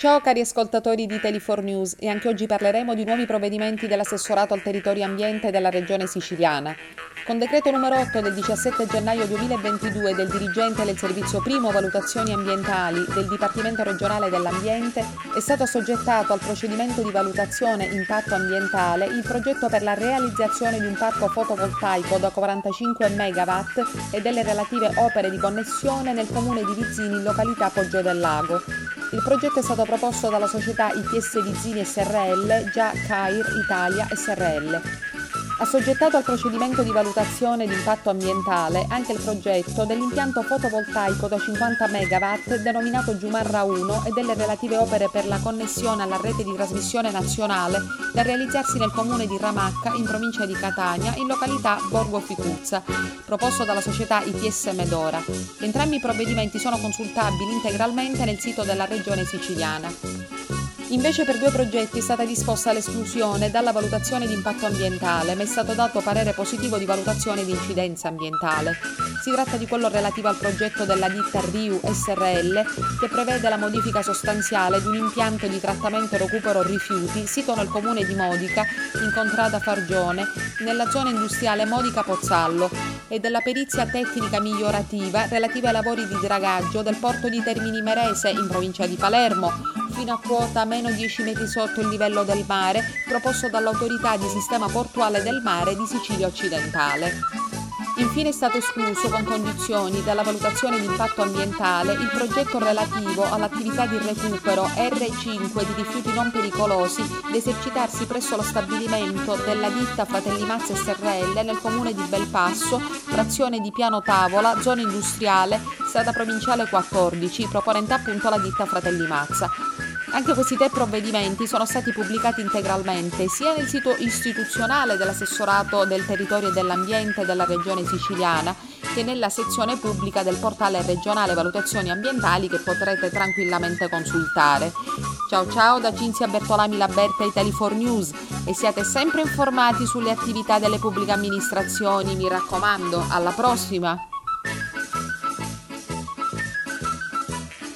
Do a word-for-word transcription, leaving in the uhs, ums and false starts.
Ciao cari ascoltatori di Tele quattro News, e anche oggi parleremo di nuovi provvedimenti dell'assessorato al territorio e ambiente della regione siciliana. Con decreto numero otto del diciassette gennaio duemilaventidue del dirigente del servizio primo valutazioni ambientali del Dipartimento regionale dell'ambiente è stato assoggettato al procedimento di valutazione impatto ambientale il progetto per la realizzazione di un parco fotovoltaico da quarantacinque megawatt e delle relative opere di connessione nel comune di Vizzini in località Poggio del Lago. Il progetto è stato proposto dalla società I T S Vizzini S R L, già C A I R Italia S R L. Assoggettato al procedimento di valutazione di impatto ambientale anche il progetto dell'impianto fotovoltaico da cinquanta megawatt denominato Giumarra uno e delle relative opere per la connessione alla rete di trasmissione nazionale da realizzarsi nel comune di Ramacca in provincia di Catania in località Borgo Ficuzza, proposto dalla società I T S Medora. Entrambi i provvedimenti sono consultabili integralmente nel sito della regione siciliana. Invece per due progetti è stata disposta l'esclusione dalla valutazione di impatto ambientale, ma è stato dato parere positivo di valutazione di incidenza ambientale. Si tratta di quello relativo al progetto della ditta R I U S R L, che prevede la modifica sostanziale di un impianto di trattamento e recupero rifiuti sito nel comune di Modica, in contrada Fargione, nella zona industriale Modica Pozzallo, e della perizia tecnica migliorativa relativa ai lavori di dragaggio del porto di Termini Imerese, in provincia di Palermo, fino a quota meno dieci metri sotto il livello del mare, proposto dall'autorità di sistema portuale del mare di Sicilia occidentale. Infine è stato escluso con condizioni dalla valutazione di impatto ambientale il progetto relativo all'attività di recupero R cinque di rifiuti non pericolosi da esercitarsi presso lo stabilimento della ditta Fratelli Mazza S R L nel comune di Belpasso, frazione di Piano Tavola, zona industriale, strada provinciale quattordici, proponente appunto la ditta Fratelli Mazza. Anche questi tre provvedimenti sono stati pubblicati integralmente sia nel sito istituzionale dell'assessorato del territorio e dell'ambiente della regione siciliana che nella sezione pubblica del portale regionale valutazioni ambientali che potrete tranquillamente consultare. Ciao ciao da Cinzia Bertolami Laberta e Tele quattro News, e siate sempre informati sulle attività delle pubbliche amministrazioni, mi raccomando. Alla prossima!